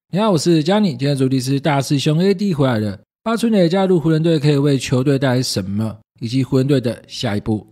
你好，我是Johnny，今天的主题是大师兄 AD 回来了，八村垒加入湖人队可以为球队带来什么，以及湖人队的下一步。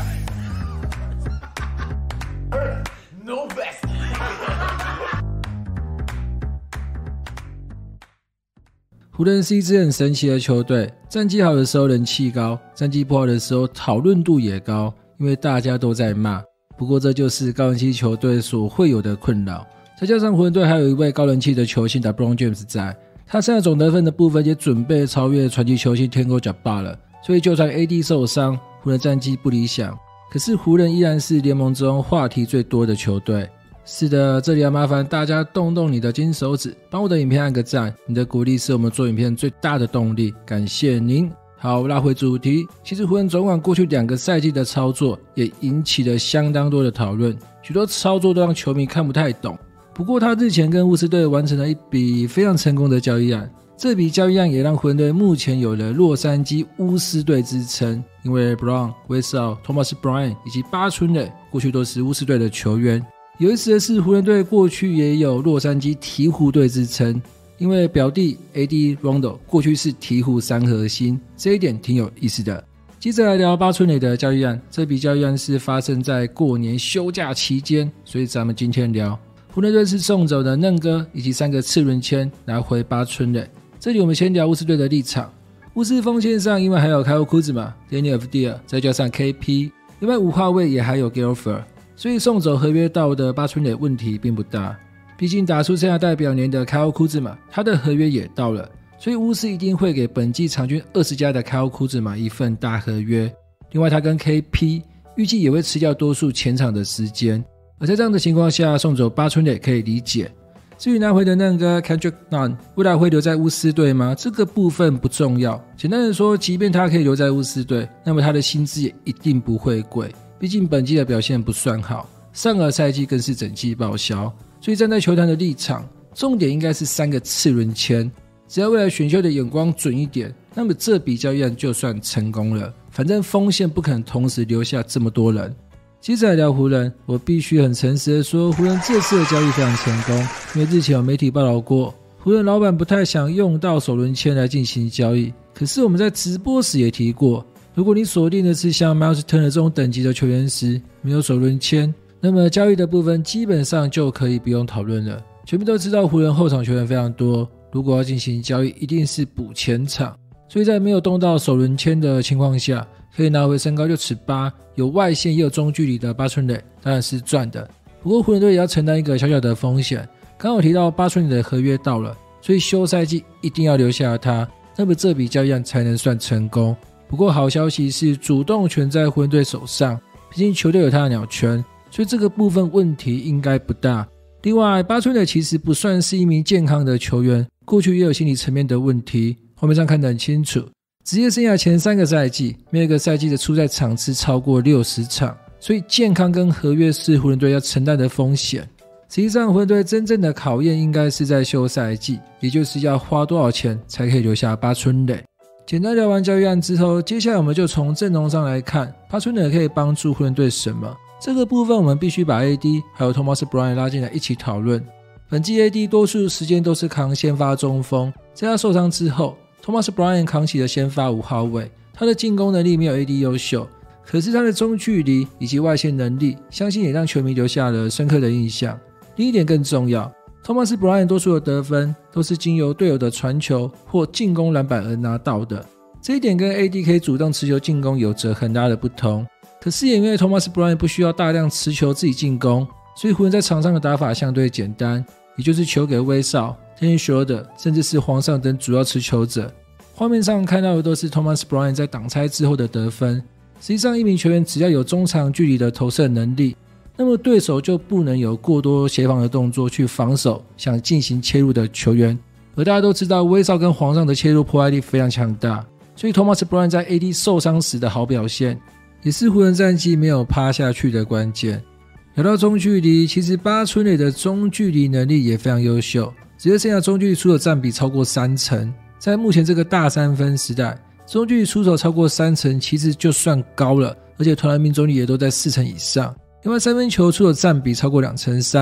湖人是一支很神奇的球队，战绩好的时候人气高，战绩不好的时候讨论度也高，因为大家都在骂。不过这就是高人气球队所会有的困扰。再加上湖人队还有一位高人气的球星 LeBron James 在，他现在总得分的部分也准备超越传奇球星天狗 Jabbar 了，所以就算 AD 受伤，湖人战绩不理想，可是湖人依然是联盟中话题最多的球队。是的，这里要麻烦大家动动你的金手指，帮我的影片按个赞，你的鼓励是我们做影片最大的动力，感谢您。好，拉回主题，其实湖人总管过去2个赛季的操作也引起了相当多的讨论，许多操作都让球迷看不太懂。不过他日前跟巫师队完成了一笔非常成功的交易案，这笔交易案也让湖人队目前有了洛杉矶巫师队之称，因为 Brown、威少、Thomas Bryant 以及八村垒过去都是巫师队的球员。有意思的是，湖人队过去也有洛杉矶鹈鹕队之称，因为表弟 AD Rondo 过去是鹈鹕3核心，这一点挺有意思的。接着来聊八村垒的交易案，这笔交易案是发生在过年休假期间，所以咱们今天聊湖人队是送走的嫩哥以及3个次轮签拿回八村垒。这里我们先聊巫师队的立场。巫师锋线上因为还有凯尔库兹马、Daniel Avdija 再加上 KP， 另外5号位也还有 Gelfer， 所以送走合约到的八村垒问题并不大。毕竟打出生涯代表年的凯尔库兹马，他的合约也到了，所以巫师一定会给本季场均20加的凯尔库兹马一份大合约。另外他跟 KP 预计也会吃掉多数前场的时间，而在这样的情况下送走八村垒可以理解。至于拿回的那个 Kendrick Nunn 未来会留在巫师队吗？这个部分不重要。简单的说，即便他可以留在巫师队，那么他的薪资也一定不会贵，毕竟本季的表现不算好，上个赛季更是整季报销。所以站在球团的立场，重点应该是3个次轮签，只要未来选秀的眼光准一点，那么这笔交易案就算成功了。反正锋线不可能同时留下这么多人。接着来聊湖人，我必须很诚实的说，湖人这次的交易非常成功，因为日前有媒体报道过，湖人老板不太想用到首轮签来进行交易。可是我们在直播时也提过，如果你锁定的是像 Miles Turner 这种等级的球员时，没有首轮签，那么交易的部分基本上就可以不用讨论了。全部都知道湖人后场球员非常多，如果要进行交易一定是补前场，所以在没有动到首轮签的情况下，可以拿回身高6尺8，有外线也有中距离的八村垒，当然是赚的。不过湖人队也要承担一个小小的风险，刚好提到八村垒的合约到了，所以休赛季一定要留下他，那么这笔交易案才能算成功。不过好消息是主动权在湖人队手上，毕竟球队有他的鸟权，所以这个部分问题应该不大。另外八村垒其实不算是一名健康的球员，过去也有心理层面的问题，画面上看得很清楚。职业生涯前3个赛季，每个赛季的出赛场次超过60场，所以健康跟合约是湖人队要承担的风险。实际上湖人队真正的考验应该是在休赛季，也就是要花多少钱才可以留下八村垒。简单聊完交易案之后，接下来我们就从阵容上来看，八村垒可以帮助湖人队什么。这个部分我们必须把 AD 还有 Thomas Bryant 拉进来一起讨论。本季 AD 多数时间都是扛先发中锋，在他受伤之后，Thomas Bryant 扛起了先发5号位，他的进攻能力没有 AD 优秀，可是他的中距离以及外线能力，相信也让球迷留下了深刻的印象。另一点更重要， Thomas Bryant 多数的得分都是经由队友的传球或进攻篮板而拿到的，这一点跟 AD 可以主动持球进攻有着很大的不同。可是也因为 Thomas Bryant 不需要大量持球自己进攻，所以湖人在场上的打法相对简单，也就是球给威少、Dennis Schroeder 甚至是皇上等主要持球者。画面上看到的都是 Thomas Bryant 在挡拆之后的得分。实际上一名球员只要有中长距离的投射能力，那么对手就不能有过多协防的动作去防守想进行切入的球员。而大家都知道威少跟皇上的切入破坏力非常强大，所以 Thomas Bryant 在 AD 受伤时的好表现也是湖人战绩没有趴下去的关键。聊到中距离，其实八村垒的中距离能力也非常优秀，职业生涯中距离出手占比超过30%。在目前这个大三分时代，中距离出手超过30%其实就算高了，而且投篮命中率也都在40%以上。另外三分球出手占比超过2成3，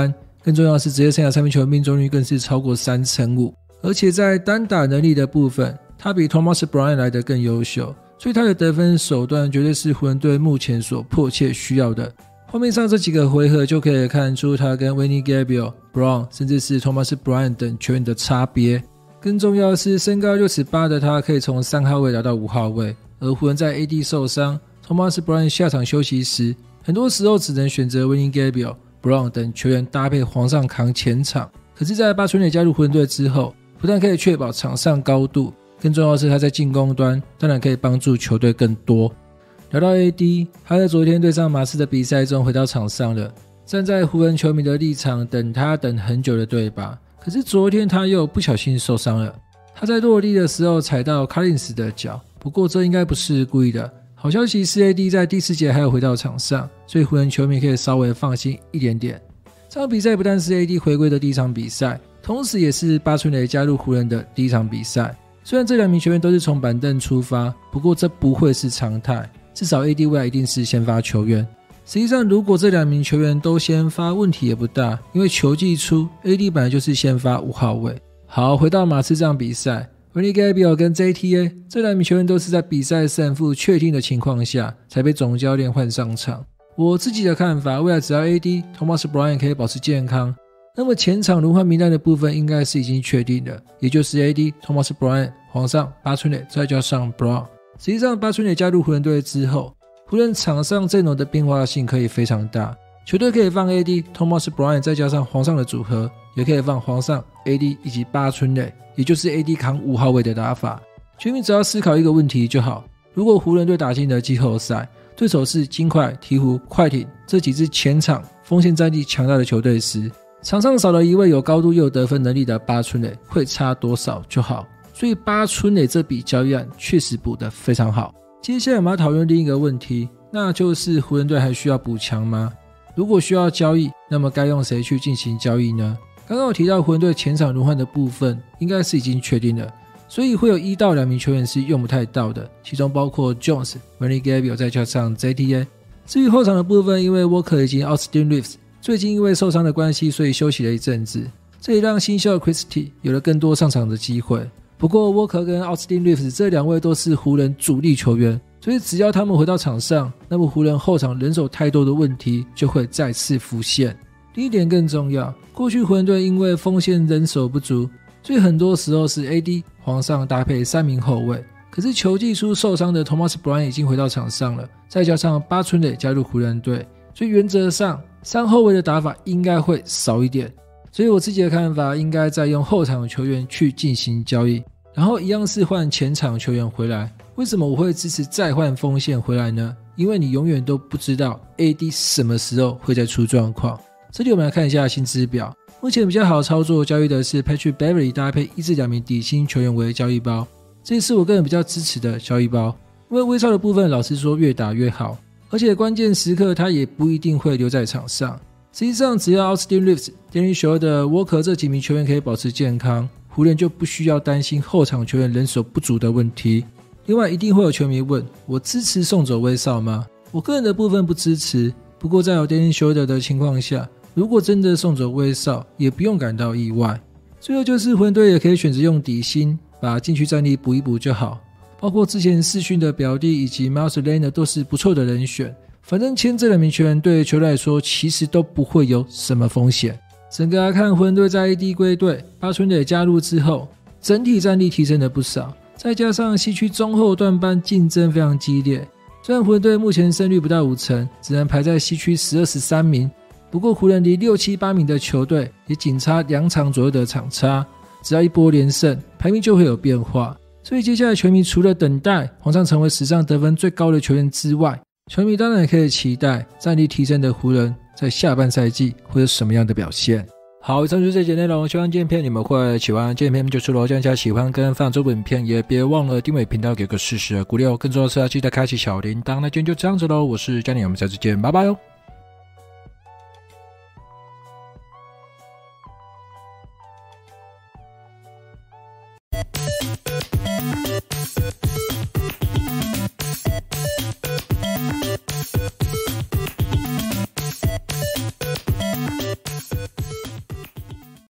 更重要的是职业生涯三分球命中率更是超过5%，而且在单打能力的部分，他比 Thomas Bryant 来得更优秀，所以他的得分手段绝对是湖人队目前所迫切需要的。画面上这几个回合就可以看出他跟 Wendy Gabriel、Brown 甚至是 Thomas Bryant 等球员的差别。更重要的是身高6尺8的他可以从3号位打到5号位，而湖人在 AD 受伤 Thomas Bryant 下场休息时，很多时候只能选择 Wendy Gabriel、Brown 等球员搭配皇上扛前场。可是在八村垒加入湖人队之后，不但可以确保场上高度，更重要的是他在进攻端当然可以帮助球队更多。聊到 AD， 他在昨天对上马刺的比赛中回到场上了，站在湖人球迷的立场等他等很久了对吧？可是昨天他又不小心受伤了，他在落地的时候踩到 Collins 的脚，不过这应该不是故意的。好消息是 AD 在第4节还有回到场上，所以湖人球迷可以稍微放心一点点。这场比赛不但是 AD 回归的第一场比赛，同时也是八村垒加入湖人的第一场比赛。虽然这2名球员都是从板凳出发，不过这不会是常态，至少 AD 未来一定是先发球员。实际上如果这2名球员都先发，问题也不大，因为球季初 AD 本来就是先发5号位。好，回到马刺这场比赛， Wendy Gabriel 跟 JTA 这2名球员都是在比赛胜负确定的情况下才被总教练换上场。我自己的看法，未来只要 AD、Thomas Bryant 可以保持健康，那么前场轮换名单的部分应该是已经确定的，也就是 AD、Thomas Bryant、皇上、八村垒再加上 Brown。 实际上八村垒加入湖人队之后，湖人场上阵容的变化性可以非常大，球队可以放 AD、Thomas Bryant 再加上皇上的组合，也可以放皇上、AD 以及八村垒，也就是 AD 扛5号位的打法。球迷只要思考一个问题就好，如果湖人队打进了季后赛，对手是金块、鹈鹕、快艇这几支前场锋线战力强大的球队时，场上少了一位有高度又有得分能力的八村垒，会差多少就好。所以八村垒这笔交易案确实补得非常好。接下来我们要讨论另一个问题，那就是湖人队还需要补强吗？如果需要交易，那么该用谁去进行交易呢？刚刚有提到湖人队前场轮换的部分应该是已经确定了，所以会有1到2名球员是用不太到的，其中包括 Jones、Wendy Gabriel 再加上 JTA。 至于后场的部分，因为 Walker 以及 Austin Reeves 最近因为受伤的关系，所以休息了一阵子，这也让新秀 Christie 有了更多上场的机会。不过 Walker 跟 Austin Reeves 这2位都是湖人主力球员，所以只要他们回到场上，那么湖人后场人手太多的问题就会再次浮现。另一点更重要，过去湖人队因为锋线人手不足，所以很多时候是 AD 皇上搭配3名后卫，可是球季初受伤的 Thomas Bryant 已经回到场上了，再加上八村垒加入湖人队，所以原则上3后卫的打法应该会少一点。所以我自己的看法，应该再用后场球员去进行交易，然后一样是换前场球员回来。为什么我会支持再换锋线回来呢？因为你永远都不知道 AD 什么时候会再出状况。这里我们来看一下薪资表，目前比较好操作交易的是 Patrick Beverley 搭配1至2名底薪球员为交易包，这也是我个人比较支持的交易包。因为威少的部分老实说越打越好，而且关键时刻他也不一定会留在场上。实际上只要 Austin Reeves、Dennis Schroeder、Walker 这几名球员可以保持健康，湖人就不需要担心后场球员人手不足的问题。另外一定会有球迷问，我支持送走威少吗？我个人的部分不支持，不过在有 Dennis Schroeder 的情况下，如果真的送走威少也不用感到意外。最后就是湖人队也可以选择用底薪把禁区战力补一补就好，包括之前试训的表弟以及 Miles Leonard 都是不错的人选。反正签这2名球员对球队来说其实都不会有什么风险。整个来看，湖人队在 AD 归队，八村垒加入之后，整体战力提升了不少，再加上西区中后段班竞争非常激烈，虽然湖人队目前胜率不到50%，只能排在西区12、13名，不过湖人离6、7、8名的球队也仅差2场左右的场差，只要一波连胜，排名就会有变化。所以接下来球迷除了等待皇上成为史上得分最高的球员之外，球迷当然也可以期待战力提升的湖人在下半赛季会有什么样的表现。好，以上就是这节内容，希望今天片你们会喜欢。今天片就是如果大家喜欢跟分享这部影片，也别忘了订阅频道给个适时的鼓励哦。更重要的是要记得开启小铃铛。那今天就这样子咯，我是 Johnny， 我们下次见，拜拜哦。